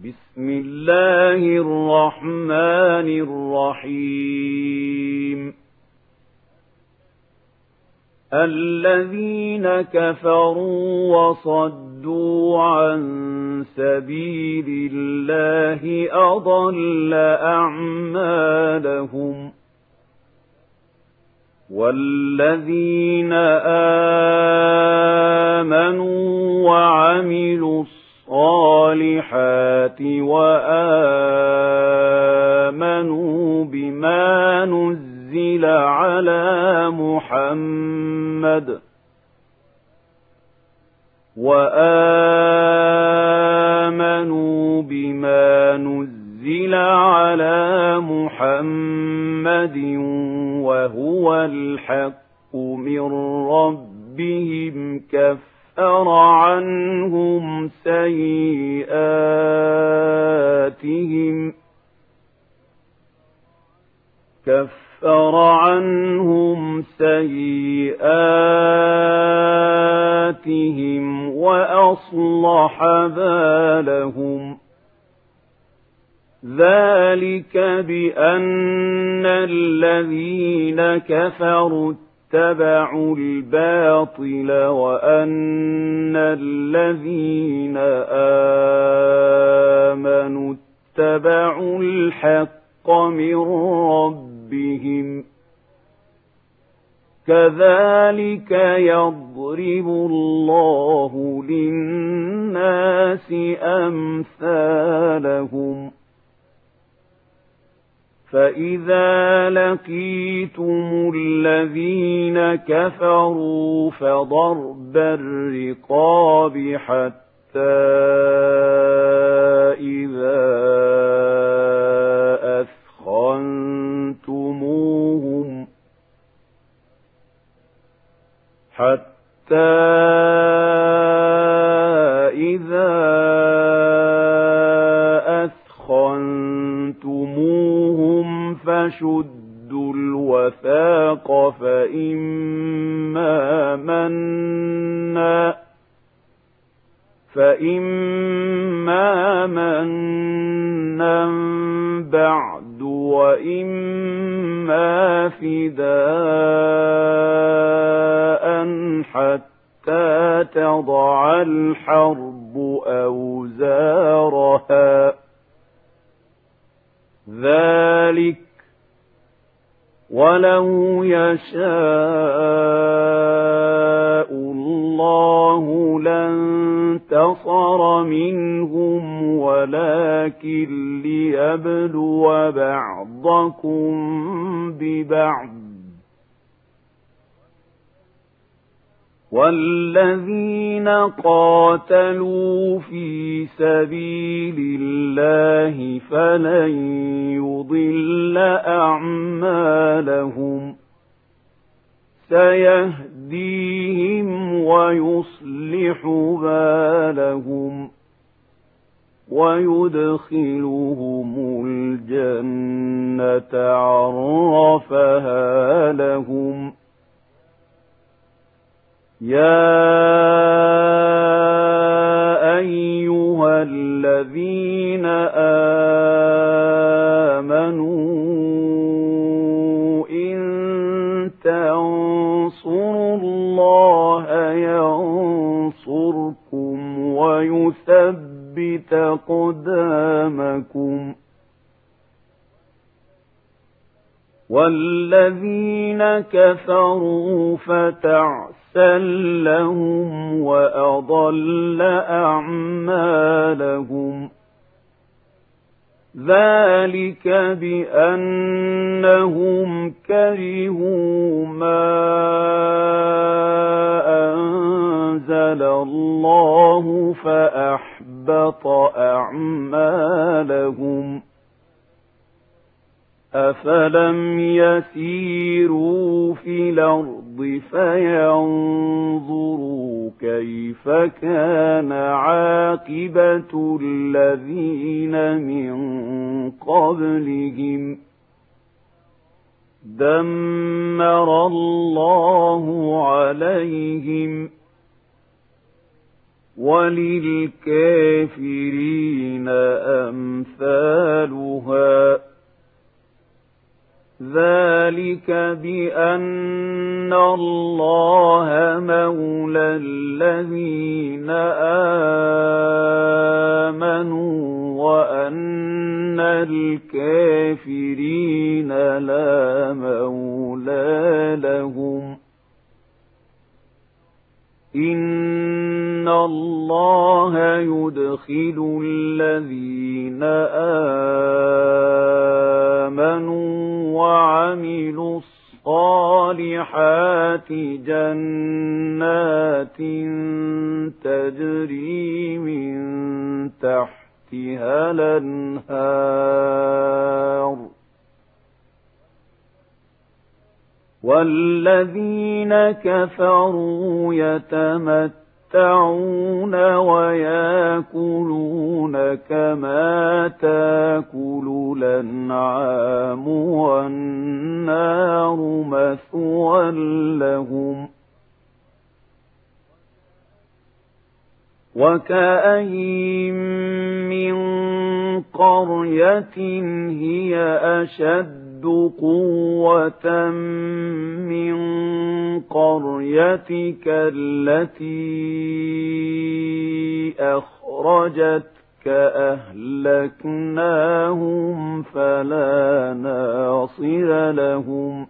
بسم الله الرحمن الرحيم الذين كفروا وصدوا عن سبيل الله أضل أعمالهم والذين آمنوا وعملوا الصالحات وآمنوا بما نزل على محمد وهو الحق من ربهم كفر عنهم سيئاتهم وأصلح بالهم ذلك بأن الذين كفروا اتبعوا الباطل وأن الذين آمنوا اتبعوا الحق من ربهم كذلك يضرب الله للناس أمثالهم فإذا لقيتم الذين كفروا فضرب الرقاب حتى إذا أثخنتموهم فشدوا الوثاق فإما منا بعد وإما فداء حتى تضع الحرب أوزارها ذلك ولو يشاء الله لانتصر منهم ولكن ليبلو بعضكم ببعض والذين قاتلوا في سبيل الله فلن يضل أعمالهم سيهديهم ويصلح بالهم ويدخلهم الجنة عرفها لهم يا أيها الذين آمنوا إن تنصروا الله ينصركم ويثبت أقدامكم والذين كفروا فتعسا لهم وأضل أعمالهم ذلك بأنهم كرهوا ما أنزل الله فأحبط أعمالهم أفلم يسيروا في الأرض فينظروا كيف كان عاقبة الذين من قبلهم دمر الله عليهم وللكافرين أمثالها ذلك بأن الله مولى الذين آمنوا وأن الكافرين لا مولى لهم إن الله يدخل الذين آمنوا وعملوا الصالحات جنات تجري من تحتها الأنهار والذين كفروا يتمتعون ويأكلون كما تأكل الأنعام والنار مثوى لهم وكأين من قرية هي أشد قوة من قريتك التي أخرجتك أهلكناهم فلا ناصر لهم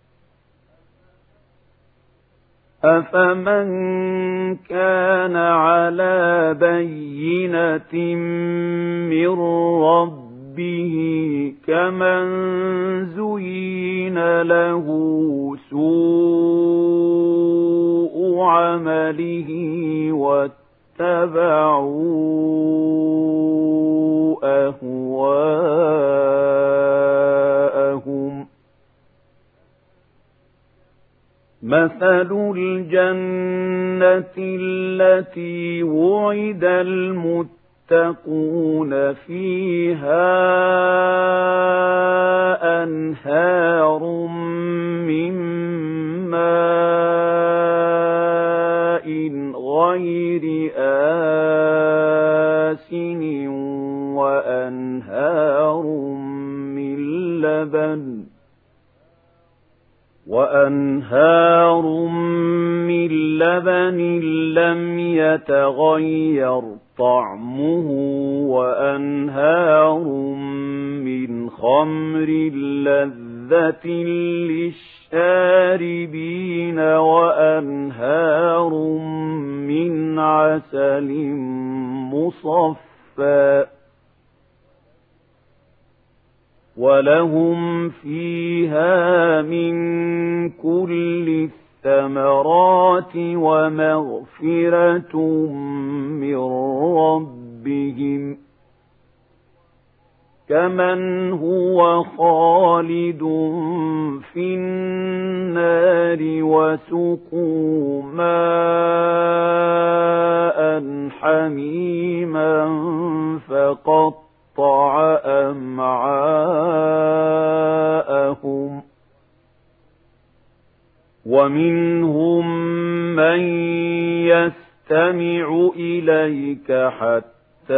أفمن كان على بينة من ربه كمن زين له سوء عمله واتبعوا أهواءهم مثل الجنة التي وعد المتقون فيها أنهار من ماء غير آسن وأنهار من لبن لم يتغير طعمه وأنهار من خمر لذة للشاربين وأنهار من عسل مصفى ولهم فيها من كل الثمرات ومغفرة من ربهم كمن هو خالد في النار وسقوا ماء حميما فقط أمعاءهم ومنهم من يستمع إليك حتى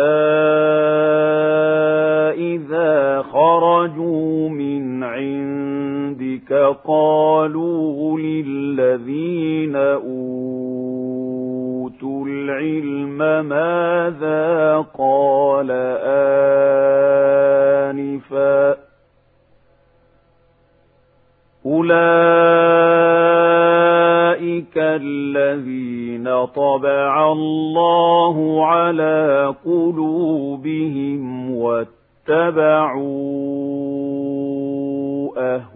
إذا خرجوا من عندك قالوا للذين أوتوا العلم ماذا قال آنفا أولئك الذين طبع الله على قلوبهم واتبعوا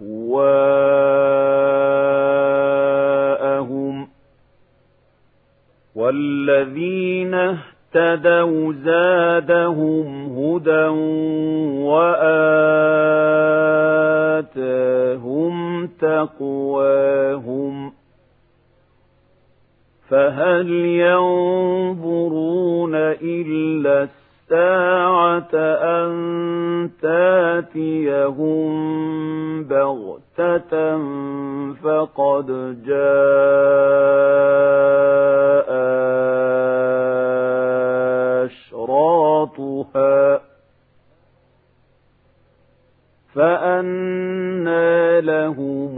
أهواءهم والذين اهتدوا زادهم هدى وآتاهم تقواهم فهل ينظرون إلا الساعة أن تأتيهم بغتة فقد جاء فأنى لهم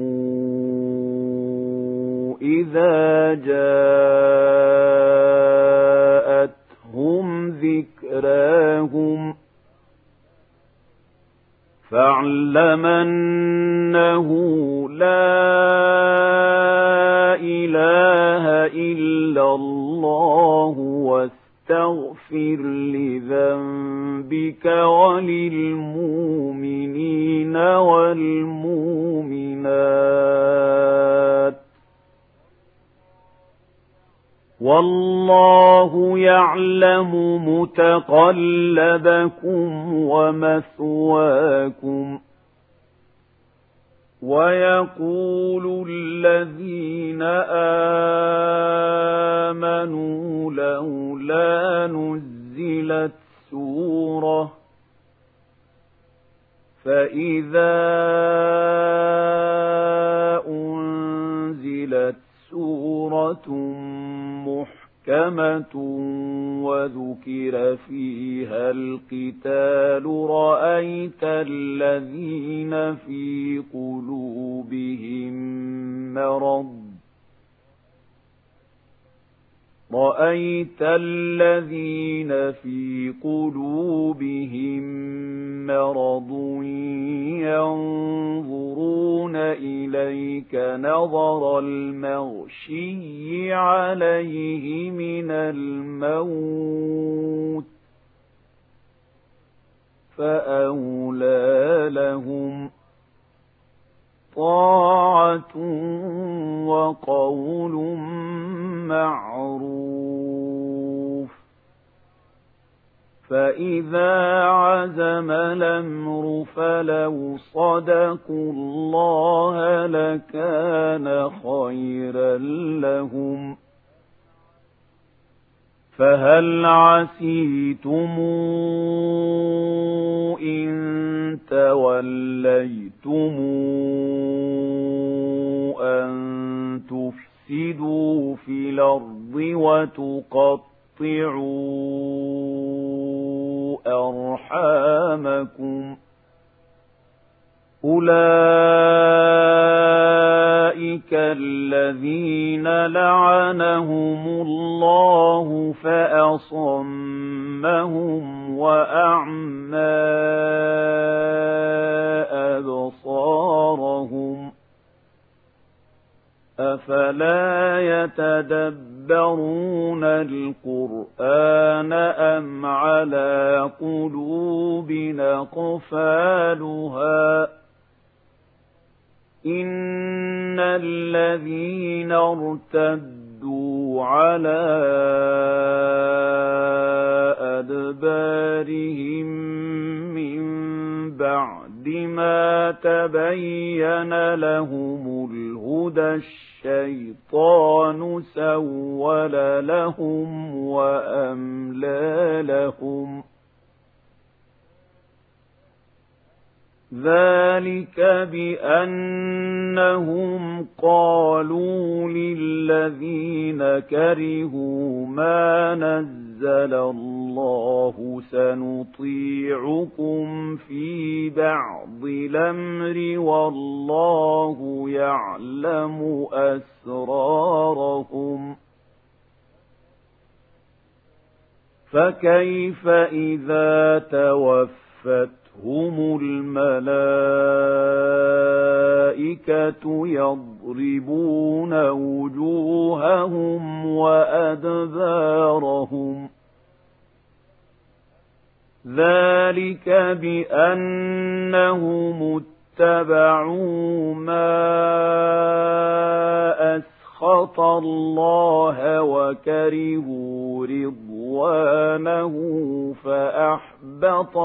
إذا جاءتهم ذكراهم فاعلم أنه لا إله إلا الله واستغفر لذنبك وللمؤمنين والمؤمنات والله يعلم متقلبكم ومثواكم ويقول الذين آمنوا لولا نزلت سورة فإذا أنزلت سورة محكمة وذكر فيها القتال رأيت الذين في قلوبهم مرض ينظرون إليك نظر المغشي عليه من الموت فأولى لهم طاعة وقول معروف فإذا عزم الأمر فلو صدقوا الله لكان خيرا لهم فهل عسيتم إن توليتم أن تفسدوا في الأرض وتقطعوا أرحامكم أولئك الذين لعنهم الله فأصمهم وأعمى أبصارهم أفلا يتدبرون القرآن أم على قلوب أقفالها إن الذين ارتدوا على أدبارهم من بعد ما تبين لهم الهدى الشيطان سول لهم وأملى لهم ذلك بأنهم قالوا للذين كرهوا ما نزل الله سنطيعكم في بعض الأمر والله يعلم أسرارهم فكيف إذا توفتهم الملائكة يضربون وجوههم وأدبارهم ذلك بأنهم اتبعوا ما أسخط الله وكرهوا رضوانه فأحبط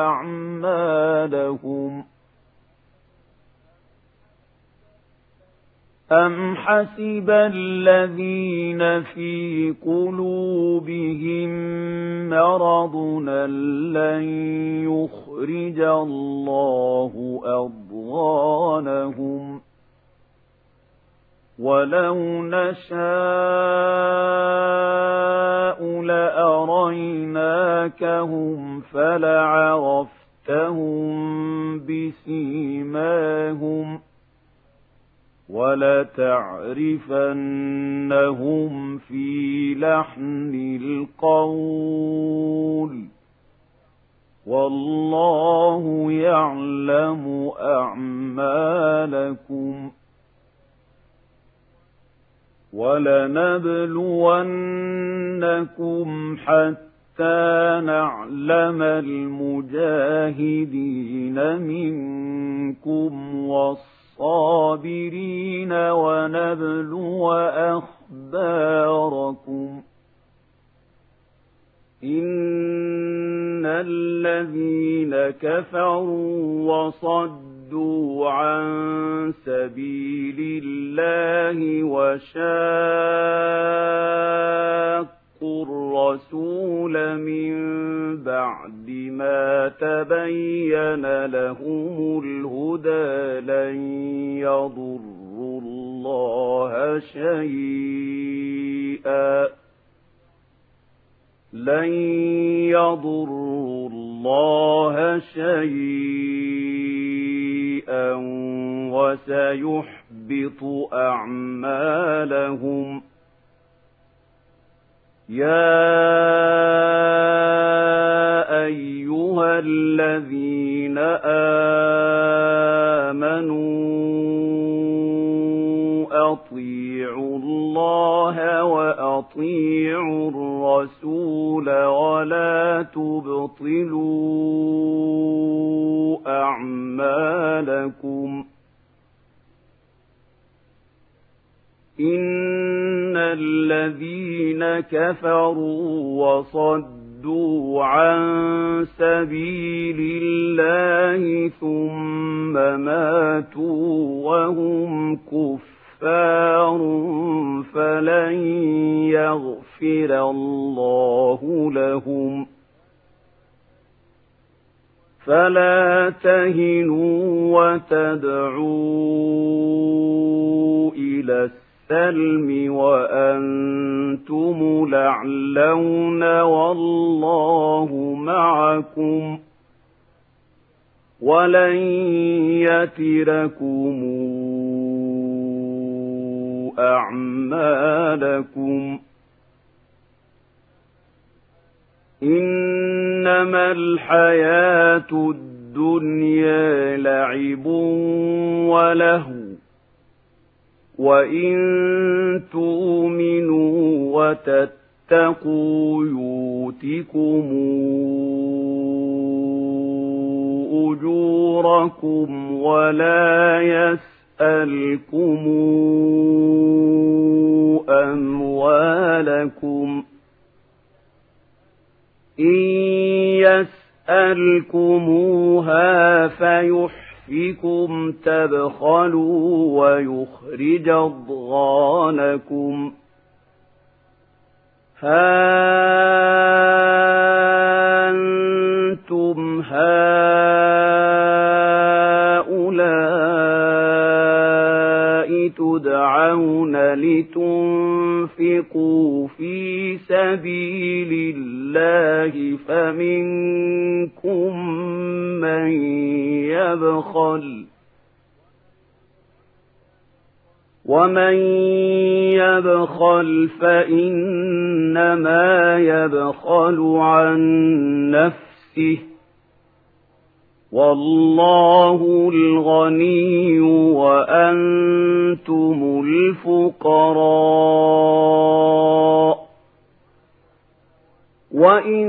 أعمالهم أم حسب الذين في قلوبهم مرض لن يخرج الله أضغانهم ولو نشاء لأريناكهم فلعرفتهم بسيماهم ولتعرفنهم في لحن القول والله يعلم أعمالكم ولنبلونكم حتى نعلم المجاهدين منكم والصابرين ونبلو أخباركم إن الذين كفروا وصدوا عن سبيل الله وشاقوا الرسول من بعد ما تبين لهم الهدى لن يضروا الله شيئا وسيحبط أعمالهم يا أيها الذين آمنوا أطيعوا الله وأطيعوا الرسول ولا تبطلوا أعمالكم إن الذين كفروا وصدوا عن سبيل الله ثم ماتوا وهم كفار فلن يغفر الله لهم فلا تهنوا وتدعوا إلى السلم وأنتم الأعلون والله معكم ولن يتركم أعمالكم إنما الحياة الدنيا لعب ولهو وإن تؤمنوا وتتقوا يؤتكم أجوركم ولا يسألكم أموالكم إن يسألكموها فيحفكم تبخلوا ويخرج أضغانكم ها أنتم هؤلاء تدعون لتنفقوا في سبيل الله فمنكم من يبخل ومن يبخل فإنما يبخل عن نفسه والله الغني وأنتم الفقراء وإن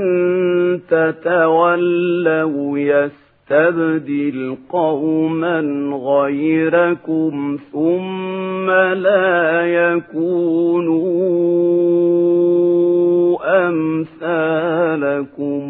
تتولوا يستبدل قوما غيركم ثم لا يكونوا أمثالكم